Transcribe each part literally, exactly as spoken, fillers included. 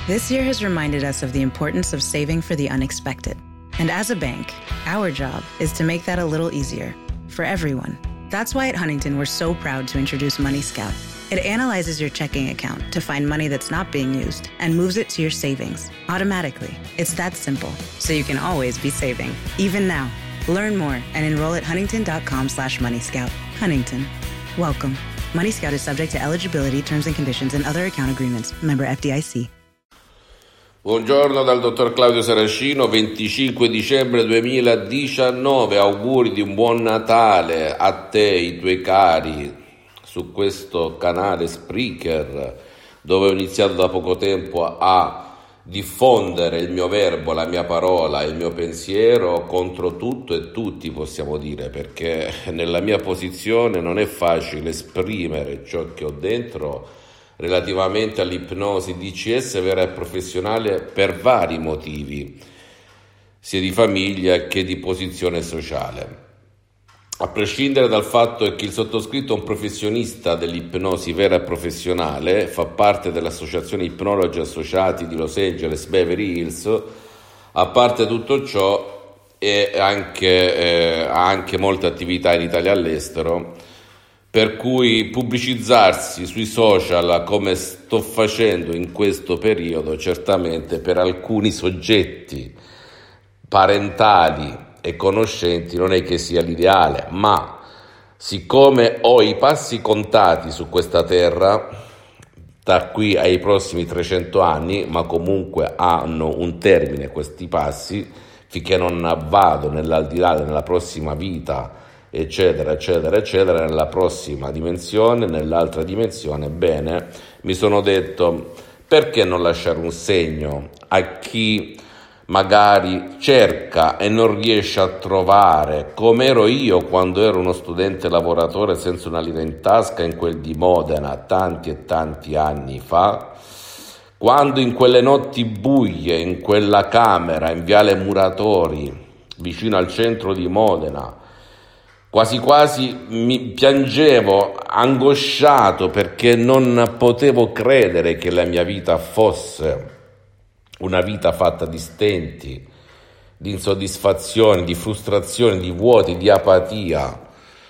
This year has reminded us of the importance of saving for the unexpected. And as a bank, our job is to make that a little easier for everyone. That's why at Huntington, we're so proud to introduce Money Scout. It analyzes your checking account to find money that's not being used and moves it to your savings automatically. It's that simple, so you can always be saving, even now. Learn more and enroll at huntington.com slash Money Scout. Huntington. Welcome. Money Scout is subject to eligibility, terms and conditions, and other account agreements. Member F D I C. Buongiorno dal dottor Claudio Saracino, venticinque dicembre duemiladiciannove. Auguri di un buon Natale a te, i tuoi cari, su questo canale Spreaker, dove ho iniziato da poco tempo a diffondere il mio verbo, la mia parola, il mio pensiero contro tutto e tutti, possiamo dire, perché nella mia posizione non è facile esprimere ciò che ho dentro relativamente all'ipnosi D C S vera e professionale per vari motivi, sia di famiglia che di posizione sociale. A prescindere dal fatto che il sottoscritto è un professionista dell'ipnosi vera e professionale, fa parte dell'associazione Ipnologi Associati di Los Angeles Beverly Hills, a parte tutto ciò e anche, eh, ha anche molte attività in Italia e all'estero, per cui pubblicizzarsi sui social come sto facendo in questo periodo certamente per alcuni soggetti parentali e conoscenti non è che sia l'ideale, ma siccome ho i passi contati su questa terra da qui ai prossimi trecento anni, ma comunque hanno un termine questi passi, finché non vado nell'aldilà, nella prossima vita, eccetera eccetera eccetera, nella prossima dimensione, nell'altra dimensione, bene, mi sono detto perché non lasciare un segno a chi magari cerca e non riesce a trovare, come ero io quando ero uno studente lavoratore senza una lira in tasca in quel di Modena tanti e tanti anni fa, quando in quelle notti buie, in quella camera in Viale Muratori vicino al centro di Modena, quasi quasi mi piangevo angosciato perché non potevo credere che la mia vita fosse una vita fatta di stenti, di insoddisfazioni, di frustrazioni, di vuoti, di apatia.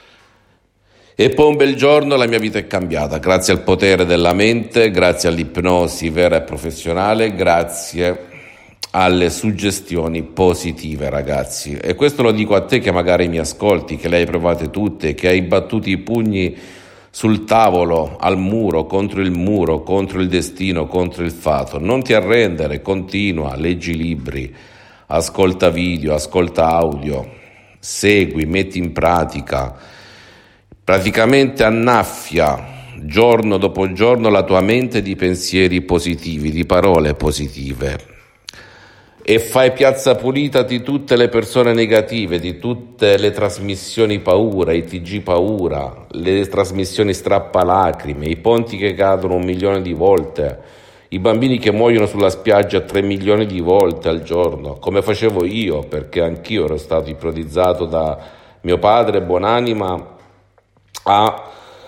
E poi un bel giorno la mia vita è cambiata, grazie al potere della mente, grazie all'ipnosi vera e professionale, grazie alle suggestioni positive, ragazzi. E questo lo dico a te che magari mi ascolti, che le hai provate tutte, che hai battuto i pugni sul tavolo, al muro, contro il muro, contro il destino, contro il fato. Non ti arrendere, continua, leggi libri, ascolta video, ascolta audio, segui, metti in pratica, praticamente annaffia giorno dopo giorno la tua mente di pensieri positivi, di parole positive. E fai piazza pulita di tutte le persone negative, di tutte le trasmissioni paura, i T G paura, le trasmissioni strappalacrime, i ponti che cadono un milione di volte, i bambini che muoiono sulla spiaggia tre milioni di volte al giorno, come facevo io, perché anch'io ero stato ipnotizzato da mio padre, buonanima, a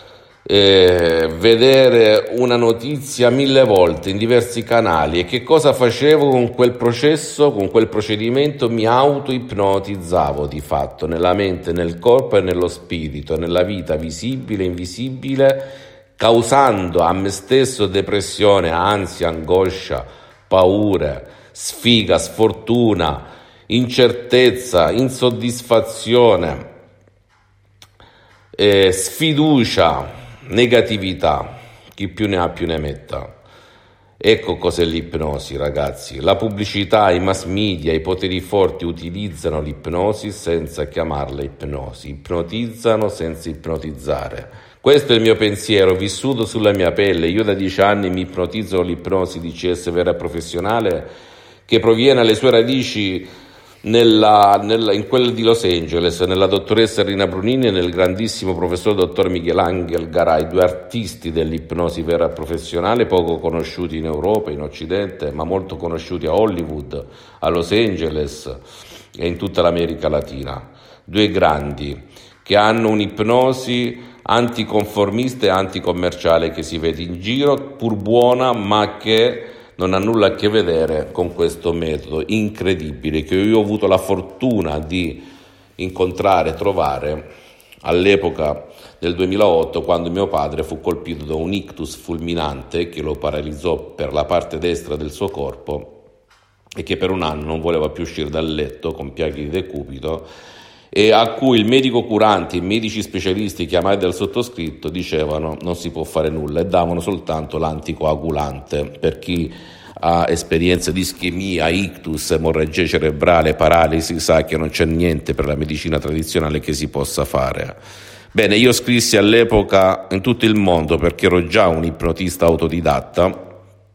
Eh, vedere una notizia mille volte in diversi canali. E che cosa facevo con quel processo, con quel procedimento? Mi auto-ipnotizzavo di fatto, nella mente, nel corpo e nello spirito, nella vita visibile e invisibile, causando a me stesso depressione, ansia, angoscia, paure, sfiga, sfortuna, incertezza, insoddisfazione, eh, sfiducia, negatività, chi più ne ha più ne metta. Ecco cos'è l'ipnosi, ragazzi. La pubblicità, i mass media, i poteri forti utilizzano l'ipnosi senza chiamarla ipnosi, ipnotizzano senza ipnotizzare. Questo è il mio pensiero, vissuto sulla mia pelle. Io da dieci anni mi ipnotizzo con l'ipnosi D C S vera e professionale, che proviene alle sue radici Nella, nella, in quella di Los Angeles, nella dottoressa Rina Brunini e nel grandissimo professor dottor Michelangelo Garay, due artisti dell'ipnosi vera e professionale, poco conosciuti in Europa, in Occidente, ma molto conosciuti a Hollywood, a Los Angeles e in tutta l'America Latina. Due grandi che hanno un'ipnosi anticonformista e anticommerciale che si vede in giro, pur buona, ma che non ha nulla a che vedere con questo metodo incredibile che io ho avuto la fortuna di incontrare, trovare all'epoca del duemilaotto, quando mio padre fu colpito da un ictus fulminante che lo paralizzò per la parte destra del suo corpo e che per un anno non voleva più uscire dal letto con piaghe di decubito, e a cui il medico curante, i medici specialisti chiamati dal sottoscritto dicevano non si può fare nulla e davano soltanto l'anticoagulante. Per chi ha esperienze di ischemia, ictus, emorragia cerebrale, paralisi, sa che non c'è niente per la medicina tradizionale che si possa fare. Bene, io scrissi all'epoca in tutto il mondo perché ero già un ipnotista autodidatta,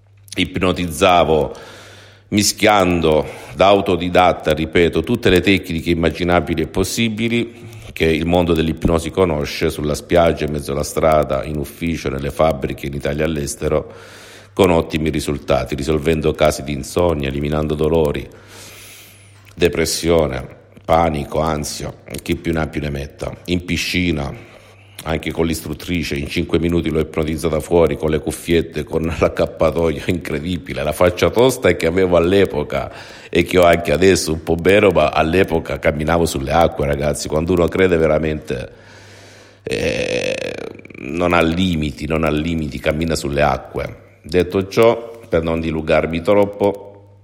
ipnotizzavo mischiando da autodidatta, ripeto, tutte le tecniche immaginabili e possibili che il mondo dell'ipnosi conosce, sulla spiaggia, in mezzo alla strada, in ufficio, nelle fabbriche, in Italia e all'estero, con ottimi risultati, risolvendo casi di insonnia, eliminando dolori, depressione, panico, ansia, chi più ne ha più ne metta, in piscina, anche con l'istruttrice, in cinque minuti l'ho ipnotizzata fuori con le cuffiette, con l'accappatoio, incredibile, la faccia tosta che avevo all'epoca e che ho anche adesso, un po' meno, ma all'epoca camminavo sulle acque, ragazzi. Quando uno crede veramente eh, non ha limiti, non ha limiti, cammina sulle acque. Detto ciò, per non dilungarmi troppo,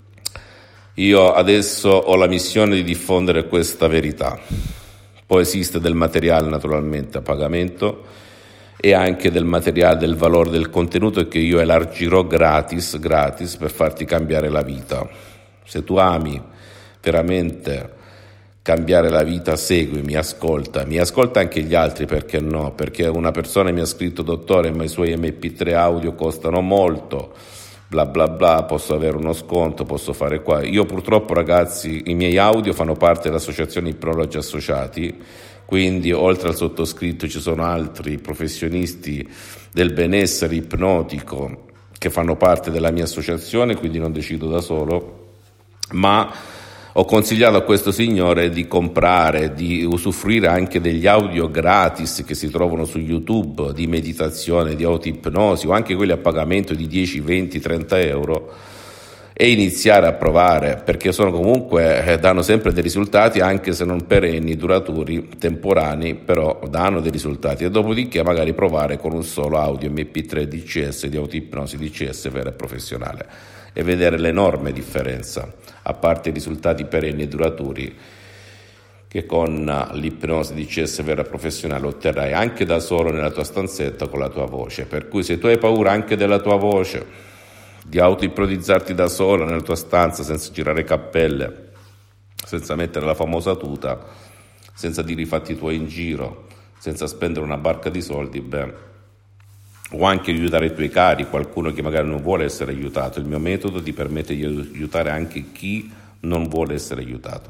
io adesso ho la missione di diffondere questa verità. Poi esiste del materiale naturalmente a pagamento e anche del materiale, del valore del contenuto che io elargirò gratis, gratis per farti cambiare la vita. Se tu ami veramente cambiare la vita, seguimi, ascoltami, ascolta anche gli altri, perché no? Perché una persona mi ha scritto: dottore, ma i suoi emme pi tre audio costano molto, bla bla bla, posso avere uno sconto, posso fare qua. Io purtroppo, ragazzi, i miei audio fanno parte dell'associazione Ipnologi Associati, quindi oltre al sottoscritto ci sono altri professionisti del benessere ipnotico che fanno parte della mia associazione, quindi non decido da solo, ma ho consigliato a questo signore di comprare, di usufruire anche degli audio gratis che si trovano su YouTube, di meditazione, di autoipnosi, o anche quelli a pagamento di dieci, venti, trenta euro, e iniziare a provare, perché sono comunque, eh, danno sempre dei risultati, anche se non perenni, duraturi, temporanei, però danno dei risultati. E dopodiché magari provare con un solo audio emme pi tre D C S di autoipnosi D C S vera e professionale e vedere l'enorme differenza, a parte i risultati perenni e duraturi che con l'ipnosi D C S vera professionale otterrai anche da solo nella tua stanzetta con la tua voce. Per cui se tu hai paura anche della tua voce, di autoipnotizzarti da solo nella tua stanza senza girare cappelle, senza mettere la famosa tuta, senza dire i fatti tuoi in giro, senza spendere una barca di soldi, beh, o anche aiutare i tuoi cari, qualcuno che magari non vuole essere aiutato. Il mio metodo ti permette di aiutare anche chi non vuole essere aiutato.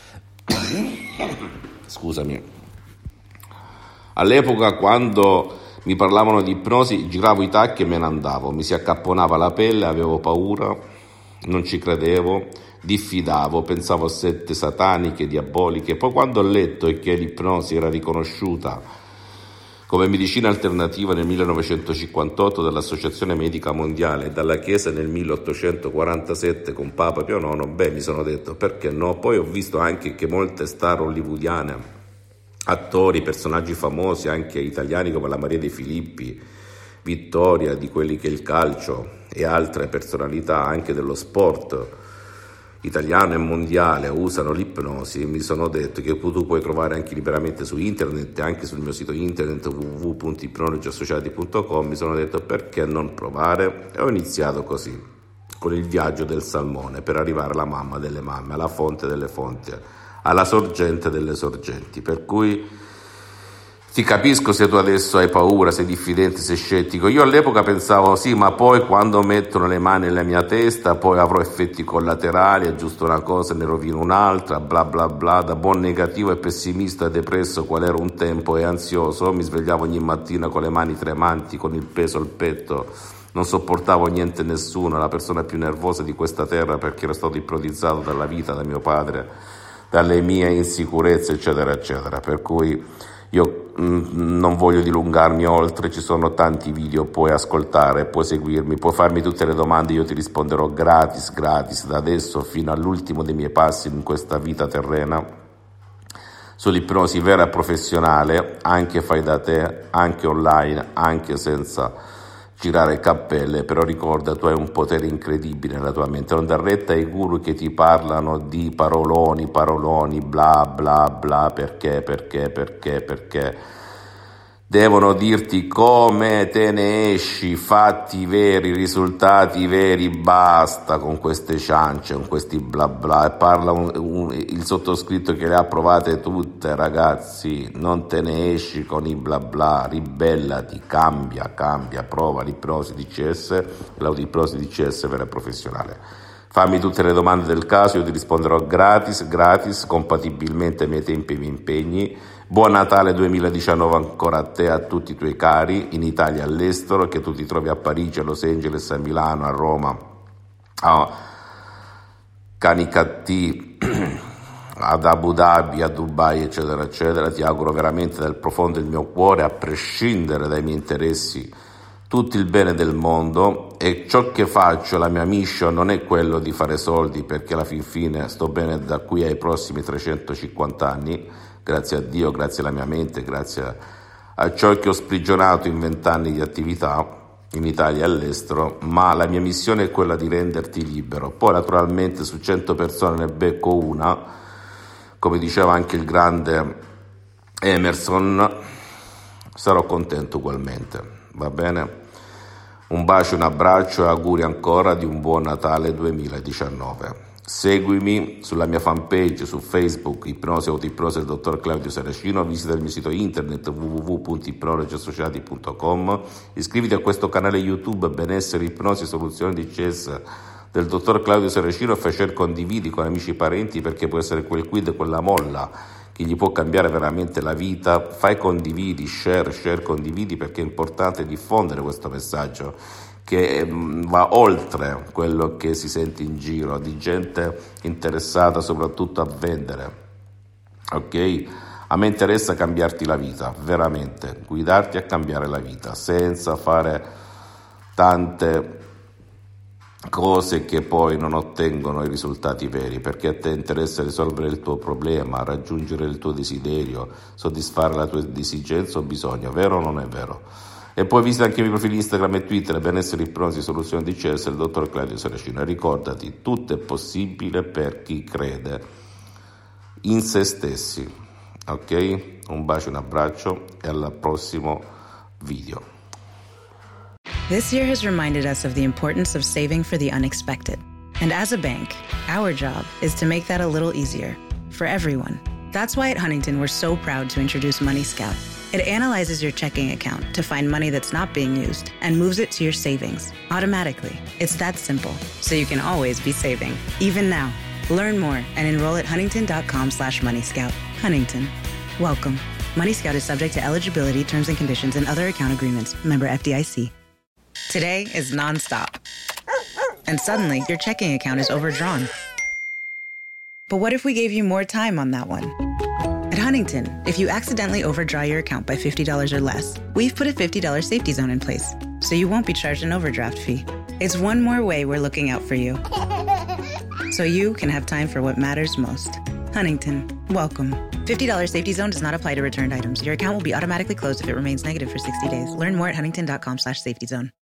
Scusami. All'epoca, quando mi parlavano di ipnosi, giravo i tacchi e me ne andavo, mi si accapponava la pelle, avevo paura, non ci credevo, diffidavo, pensavo a sette sataniche, diaboliche. Poi quando ho letto che l'ipnosi era riconosciuta come medicina alternativa nel millenovecentocinquantotto dall'Associazione Medica Mondiale e dalla Chiesa nel milleottocentoquarantasette con Papa Pio nono, beh, mi sono detto perché no. Poi ho visto anche che molte star hollywoodiane, attori, personaggi famosi anche italiani come la Maria De Filippi, Vittoria, di quelli che è il calcio, e altre personalità anche dello sport italiano e mondiale usano l'ipnosi. Mi sono detto che tu puoi trovare anche liberamente su internet, anche sul mio sito internet w w w punto ipnologi associati punto com. Mi sono detto perché non provare, e ho iniziato così con il viaggio del salmone per arrivare alla mamma delle mamme, alla fonte delle fonti, alla sorgente delle sorgenti. Per cui ti capisco se tu adesso hai paura, sei diffidente, sei scettico. Io all'epoca pensavo sì, ma poi quando mettono le mani nella mia testa poi avrò effetti collaterali, aggiusto una cosa e ne rovino un'altra, bla bla bla. Da buon negativo e pessimista e depresso qual ero un tempo e ansioso, mi svegliavo ogni mattina con le mani tremanti, con il peso al petto, non sopportavo niente e nessuno, la persona più nervosa di questa terra, perché ero stato ipnotizzato dalla vita, da mio padre, dalle mie insicurezze, eccetera eccetera. Per cui Io mh, non voglio dilungarmi oltre, ci sono tanti video, puoi ascoltare, puoi seguirmi, puoi farmi tutte le domande, io ti risponderò gratis, gratis, da adesso fino all'ultimo dei miei passi in questa vita terrena, sull'ipnosi vera e professionale, anche fai da te, anche online, anche senza girare cappelle, però ricorda, tu hai un potere incredibile nella tua mente, non dar retta ai guru che ti parlano di paroloni, paroloni, bla bla bla, perché, perché, perché, perché, devono dirti come te ne esci, fatti veri, risultati veri, basta con queste ciance, con questi bla bla, e parla un, un, il sottoscritto che le ha provate tutte, ragazzi, non te ne esci con i bla bla, ribellati, cambia, cambia, prova l'ipnosi D C S, l'autipnosi D C S vera e professionale. Fammi tutte le domande del caso, io ti risponderò gratis, gratis, compatibilmente ai miei tempi e ai miei impegni. Buon Natale duemiladiciannove ancora a te e a tutti i tuoi cari, in Italia e all'estero, che tu ti trovi a Parigi, a Los Angeles, a Milano, a Roma, a Canicattì, ad Abu Dhabi, a Dubai, eccetera, eccetera. Ti auguro veramente dal profondo del mio cuore, a prescindere dai miei interessi, tutto il bene del mondo, e ciò che faccio, la mia mission non è quello di fare soldi, perché alla fin fine sto bene da qui ai prossimi trecentocinquanta anni, grazie a Dio, grazie alla mia mente, grazie a ciò che ho sprigionato in vent'anni di attività in Italia e all'estero, ma la mia missione è quella di renderti libero. Poi naturalmente su cento persone ne becco una, come diceva anche il grande Emerson, sarò contento ugualmente, va bene? Un bacio, un abbraccio e auguri ancora di un buon Natale duemiladiciannove. Seguimi sulla mia fanpage su Facebook, Ipnosi Autoipnosi del dottor Claudio Saracino, visita il mio sito internet w w w punto ipnologi associati punto com, iscriviti a questo canale YouTube Benessere, Ipnosi e Soluzioni D C S del dottor Claudio Saracino e fai share, condividi con amici e parenti, perché può essere quel quid, quella molla che gli può cambiare veramente la vita. Fai condividi, share, share, condividi, perché è importante diffondere questo messaggio che va oltre quello che si sente in giro, di gente interessata soprattutto a vendere, ok? A me interessa cambiarti la vita, veramente, guidarti a cambiare la vita, senza fare tante cose che poi non ottengono i risultati veri, perché a te interessa risolvere il tuo problema, raggiungere il tuo desiderio, soddisfare la tua esigenza o bisogno, vero o non è vero? E poi visita anche i miei profili Instagram e Twitter, Benessere, Ipnosi, Soluzioni D C S, il dottor Claudio Saracino. E ricordati, tutto è possibile per chi crede in se stessi, ok? Un bacio, un abbraccio e al prossimo video. This year has reminded us of the importance of saving for the unexpected. And as a bank, our job is to make that a little easier for everyone. That's why at Huntington, we're so proud to introduce Money Scout. It analyzes your checking account to find money that's not being used and moves it to your savings automatically. It's that simple, so you can always be saving, even now. Learn more and enroll at huntington.com slash moneyscout. Huntington. Welcome. Money Scout is subject to eligibility, terms and conditions, and other account agreements. Member F D I C. Today is nonstop. And suddenly, your checking account is overdrawn. But what if we gave you more time on that one? At Huntington, if you accidentally overdraw your account by fifty dollars or less, we've put a fifty dollars safety zone in place, so you won't be charged an overdraft fee. It's one more way we're looking out for you, so you can have time for what matters most. Huntington, welcome. fifty dollars safety zone does not apply to returned items. Your account will be automatically closed if it remains negative for sixty days. Learn more at huntington.com slash safety zone.